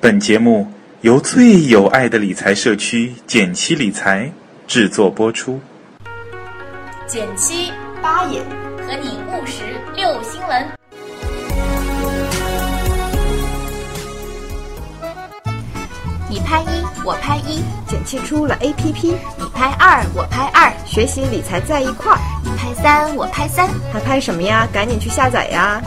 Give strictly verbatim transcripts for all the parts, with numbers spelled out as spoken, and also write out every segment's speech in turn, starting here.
本节目由最有爱的理财社区减七理财制作播出。 减七八也和你务实六新闻。你拍一，我拍一， 减七出了 A P P， 你拍二，我拍二， 学习理财在一块儿。 你拍三，我拍三， 还拍什么呀？赶紧去下载呀！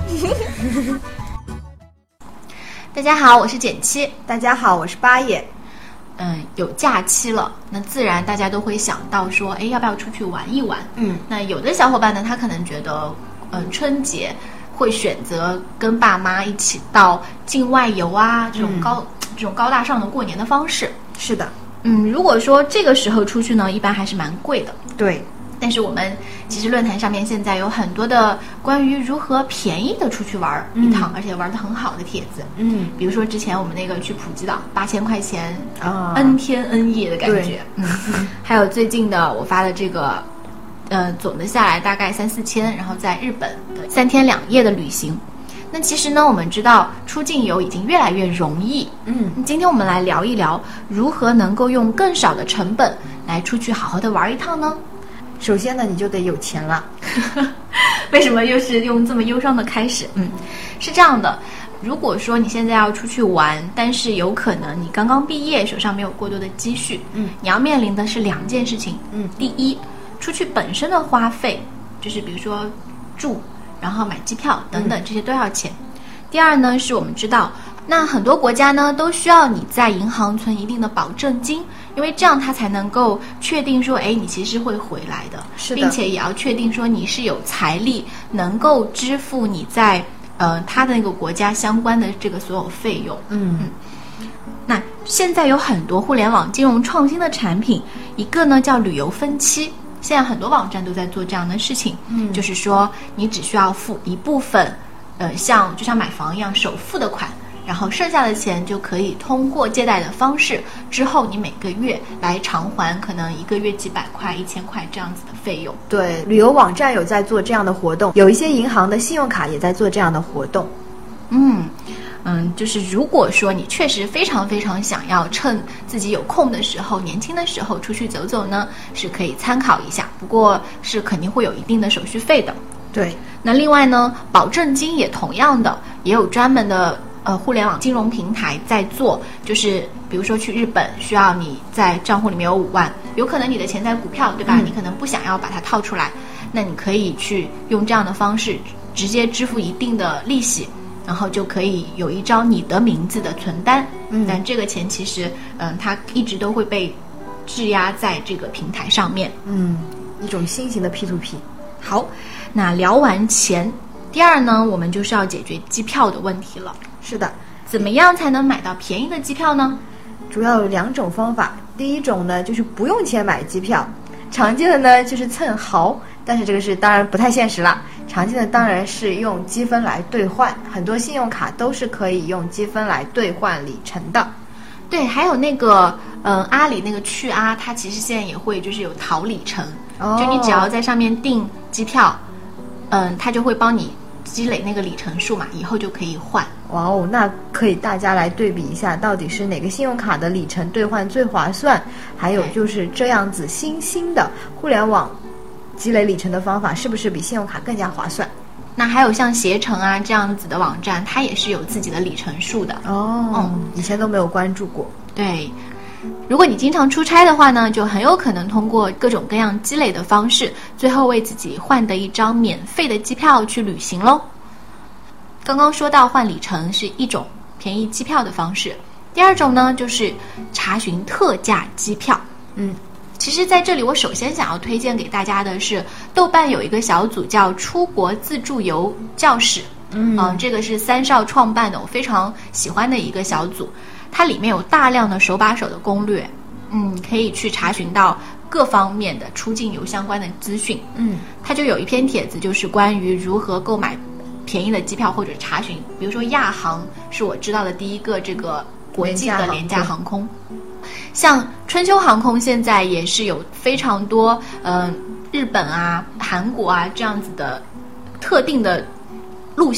大家好，我是减七。 大家好，我是八也。 嗯，有假期了，那自然大家都会想到说，哎，要不要出去玩一玩？ 嗯， 那有的小伙伴呢，他可能觉得，嗯，春节会选择跟爸妈一起到境外游啊，这种高、嗯、这种高大上的过年的方式。 是的， 嗯，如果说这个时候出去呢，一般还是蛮贵的。 对。 但是我们其实论坛上面现在有很多的关于如何便宜的出去玩一趟、嗯、而且玩得很好的帖子。 嗯， 比如说之前我们那个去普吉岛八千块钱啊 ，N 天 N 夜的感觉。嗯，还有最近的我发的这个，呃，总的下来大概三四千，然后在日本的三天两夜的旅行。那其实呢，我们知道出境游已经越来越容易。 嗯， 今天我们来聊一聊如何能够用更少的成本来出去好好的玩一趟呢？ 首先呢，你就得有钱了。 为什么又是用这么忧伤的开始？嗯，是这样的，如果说你现在要出去玩，但是有可能你刚刚毕业，手上没有过多的积蓄， 嗯， 你要面临的是两件事情。 嗯， 第一，出去本身的花费，就是比如说住，然后买机票等等，这些都要钱。嗯、第二呢，是我们知道，那很多国家呢都需要你在银行存一定的保证金。因为这样他才能够确定说，哎，你其实会回来的， 是的， 并且也要确定说你是有财力能够支付你在呃他的那个国家相关的这个所有费用。 嗯嗯。那现在有很多互联网金融创新的产品，一个呢叫旅游分期，现在很多网站都在做这样的事情。 嗯， 就是说你只需要付一部分，呃，像就像买房一样首付的款。然后剩下的钱就可以通过借贷的方式，之后你每个月来偿还，可能一个月几百块、一千块这样子的费用。 对，旅游网站有在做这样的活动，有一些银行的信用卡也在做这样的活动。 嗯嗯，就是如果说你确实非常非常想要趁自己有空的时候、年轻的时候出去走走呢，是可以参考一下，不过是肯定会有一定的手续费的。 对， 那另外呢，保证金也同样的，也有专门的。呃，互联网金融平台在做，就是比如说去日本需要你在账户里面有五万，有可能你的钱在股票，对吧？ 嗯、 你可能不想要把它套出来，那你可以去用这样的方式直接支付一定的利息，然后就可以有一张你的名字的存单。 嗯， 但这个钱其实，嗯、呃，它一直都会被质押在这个平台上面。 嗯，一种新型的 P to P。 好，那聊完钱，第二呢，我们就是要解决机票的问题了。 是的， 怎么样才能买到便宜的机票呢？ 主要有两种方法。第一种呢，就是不用钱买机票，常见的呢就是蹭豪，但是这个是当然不太现实了。常见的当然是用积分来兑换，很多信用卡都是可以用积分来兑换里程的。 对，还有那个嗯、呃、阿里那个去阿，它其实现在也会就是有淘里程， 哦、 就你只要在上面订机票，嗯，它就会帮你积累那个里程数嘛，以后就可以换。 哇哦，那可以大家来对比一下，到底是哪个信用卡的里程兑换最划算？还有就是这样子新兴的互联网积累里程的方法，是不是比信用卡更加划算？ 那还有像携程啊这样子的网站，它也是有自己的里程数的。 哦， 嗯， 以前都没有关注过。 对。如果你经常出差的话呢，就很有可能通过各种各样积累的方式，最后为自己换得一张免费的机票去旅行咯。刚刚说到换里程是一种便宜机票的方式，第二种呢就是查询特价机票。 嗯， 其实在这里我首先想要推荐给大家的是，豆瓣有一个小组叫出国自助游教室。 嗯、 呃、这个是三少创办的，我非常喜欢的一个小组，它里面有大量的手把手的攻略，嗯，可以去查询到各方面的出境游相关的资讯。 嗯， 它就有一篇帖子，就是关于如何购买便宜的机票或者查询，比如说亚航是我知道的第一个这个国际的廉价航空，像春秋航空现在也是有非常多呃日本啊、韩国啊这样子的特定的路线，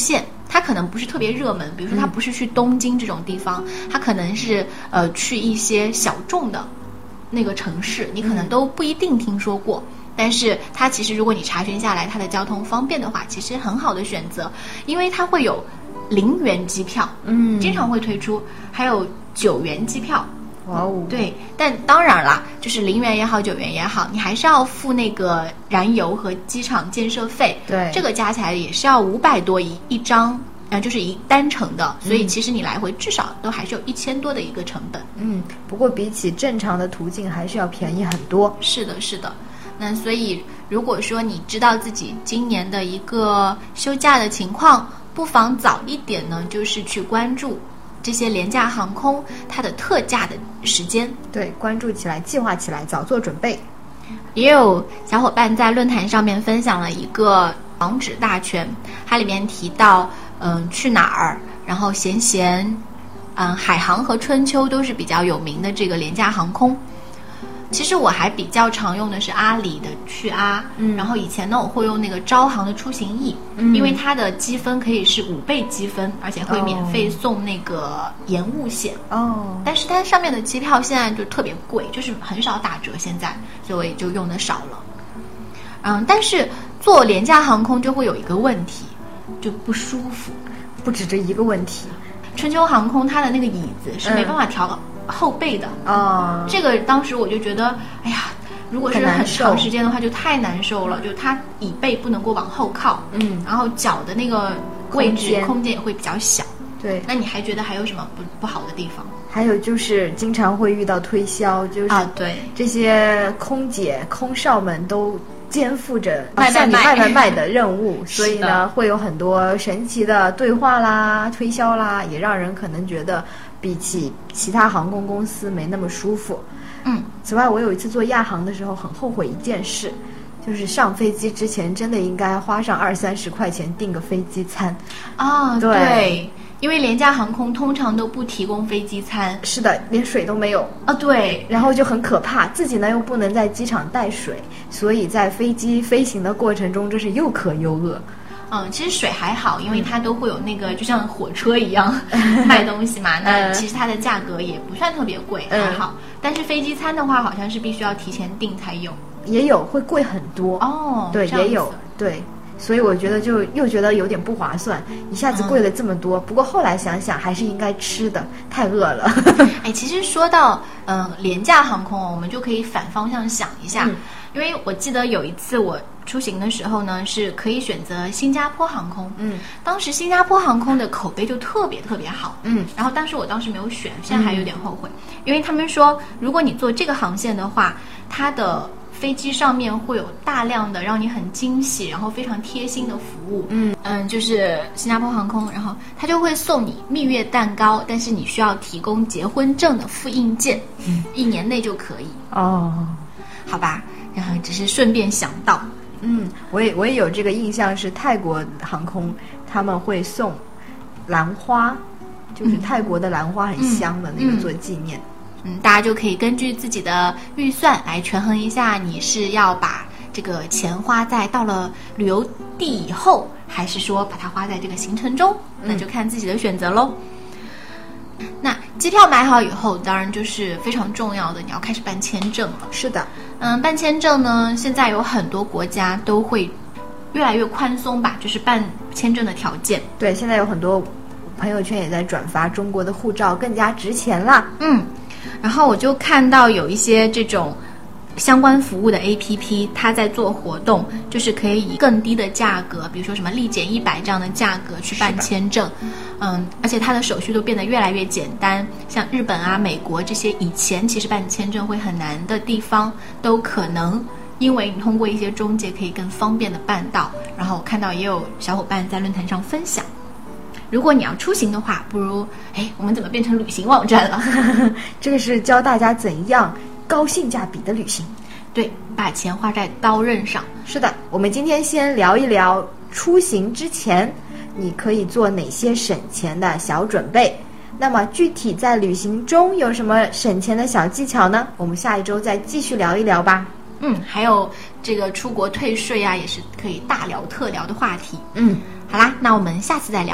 它可能不是特别热门，比如说它不是去东京这种地方，它可能是呃去一些小众的那个城市，你可能都不一定听说过。但是它其实如果你查询下来它的交通方便的话，其实很好的选择，因为它会有零元机票， 嗯， 经常会推出，还有九元机票。 哇哦， 对，但当然啦，就是零元也好，九元也好，你还是要付那个燃油和机场建设费。 对， 这个加起来也是要五百多一一张，呃，就是一单程的，所以其实你来回至少都还是有一千多的一个成本。 嗯，不过比起正常的途径还是要便宜很多。 是的，是的。那所以如果说你知道自己今年的一个休假的情况，不妨早一点呢，就是去关注这些廉价航空它的特价的时间。 对，关注起来，计划起来，早做准备。 也有小伙伴在论坛上面分享了一个网址大全，它里面提到嗯去哪儿，然后闲闲嗯海航和春秋都是比较有名的这个廉价航空。其实我还比较常用的是阿里的去阿，嗯，然后以前呢我会用那个招行的出行易，嗯，因为它的积分可以是五倍积分，而且会免费送那个延误险哦。 但是它上面的机票现在就特别贵，就是很少打折现在，所以我也就用的少了。嗯，但是坐廉价航空就会有一个问题，就不舒服。 不止这一个问题， 春秋航空它的那个椅子是没办法调后背的啊、嗯， 这个当时我就觉得，哎呀，如果是很长时间的话，就太难受了。就它椅背不能够往后靠， 嗯， 然后脚的那个位置空间, 空间也会比较小。 对， 那你还觉得还有什么不不好的地方？ 还有就是经常会遇到推销，就是啊，对， 这些空姐、空少们都肩负着卖向你卖卖卖的任务，所以呢，会有很多神奇的对话啦、推销啦，也让人可能觉得比起其他航空公司没那么舒服。 嗯， 此外，我有一次坐亚航的时候，很后悔一件事，就是上飞机之前真的应该花上二三十块钱订个飞机餐啊。 对。 对，因为廉价航空通常都不提供飞机餐。 是的，连水都没有啊。对， 然后就很可怕，自己呢又不能在机场带水，所以在飞机飞行的过程中，真是又渴又饿。 嗯，其实水还好，因为它都会有那个，就像火车一样卖东西嘛。那其实它的价格也不算特别贵， 嗯、 还好。但是飞机餐的话，好像是必须要提前订才有。 也有会贵很多哦。 对，也有对。所以我觉得就又觉得有点不划算，一下子贵了这么多。嗯、不过后来想想还是应该吃的，太饿了。 哎，其实说到嗯、呃、廉价航空，我们就可以反方向想一下，嗯、因为我记得有一次我出行的时候呢，是可以选择新加坡航空。 嗯， 当时新加坡航空的口碑就特别特别好。 嗯， 然后当时我当时没有选，现在还有点后悔，嗯、因为他们说如果你坐这个航线的话，它的飞机上面会有大量的让你很惊喜，然后非常贴心的服务。 嗯嗯，就是新加坡航空，然后它就会送你蜜月蛋糕，但是你需要提供结婚证的复印件，嗯、一年内就可以。 哦， 好吧，然后只是顺便想到， 嗯，我也我也有这个印象，是泰国航空他们会送兰花，就是泰国的兰花很香的那个做纪念。 嗯嗯，大家就可以根据自己的预算来权衡一下，你是要把这个钱花在到了旅游地以后，还是说把它花在这个行程中，那就看自己的选择喽。嗯、那机票买好以后，当然就是非常重要的，你要开始办签证了。 是的， 嗯，办签证呢，现在有很多国家都会越来越宽松吧，就是办签证的条件。 对，现在有很多朋友圈也在转发中国的护照更加值钱啦。 嗯。然后我就看到有一些这种相关服务的 A P P， 它在做活动，就是可以以更低的价格，比如说什么立减一百这样的价格去办签证。嗯，而且它的手续都变得越来越简单，像日本啊、美国这些以前其实办签证会很难的地方，都可能因为你通过一些中介可以更方便的办到。然后我看到也有小伙伴在论坛上分享，如果你要出行的话，不如哎，我们怎么变成旅行网站了？ 这个是教大家怎样高性价比的旅行。 对，把钱花在刀刃上。 是的，我们今天先聊一聊出行之前你可以做哪些省钱的小准备。那么具体在旅行中有什么省钱的小技巧呢？我们下一周再继续聊一聊吧。 嗯，还有这个出国退税啊，也是可以大聊特聊的话题。 嗯， 好啦，那我们下次再聊。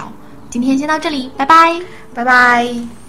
今天先到这里，拜拜， 拜拜。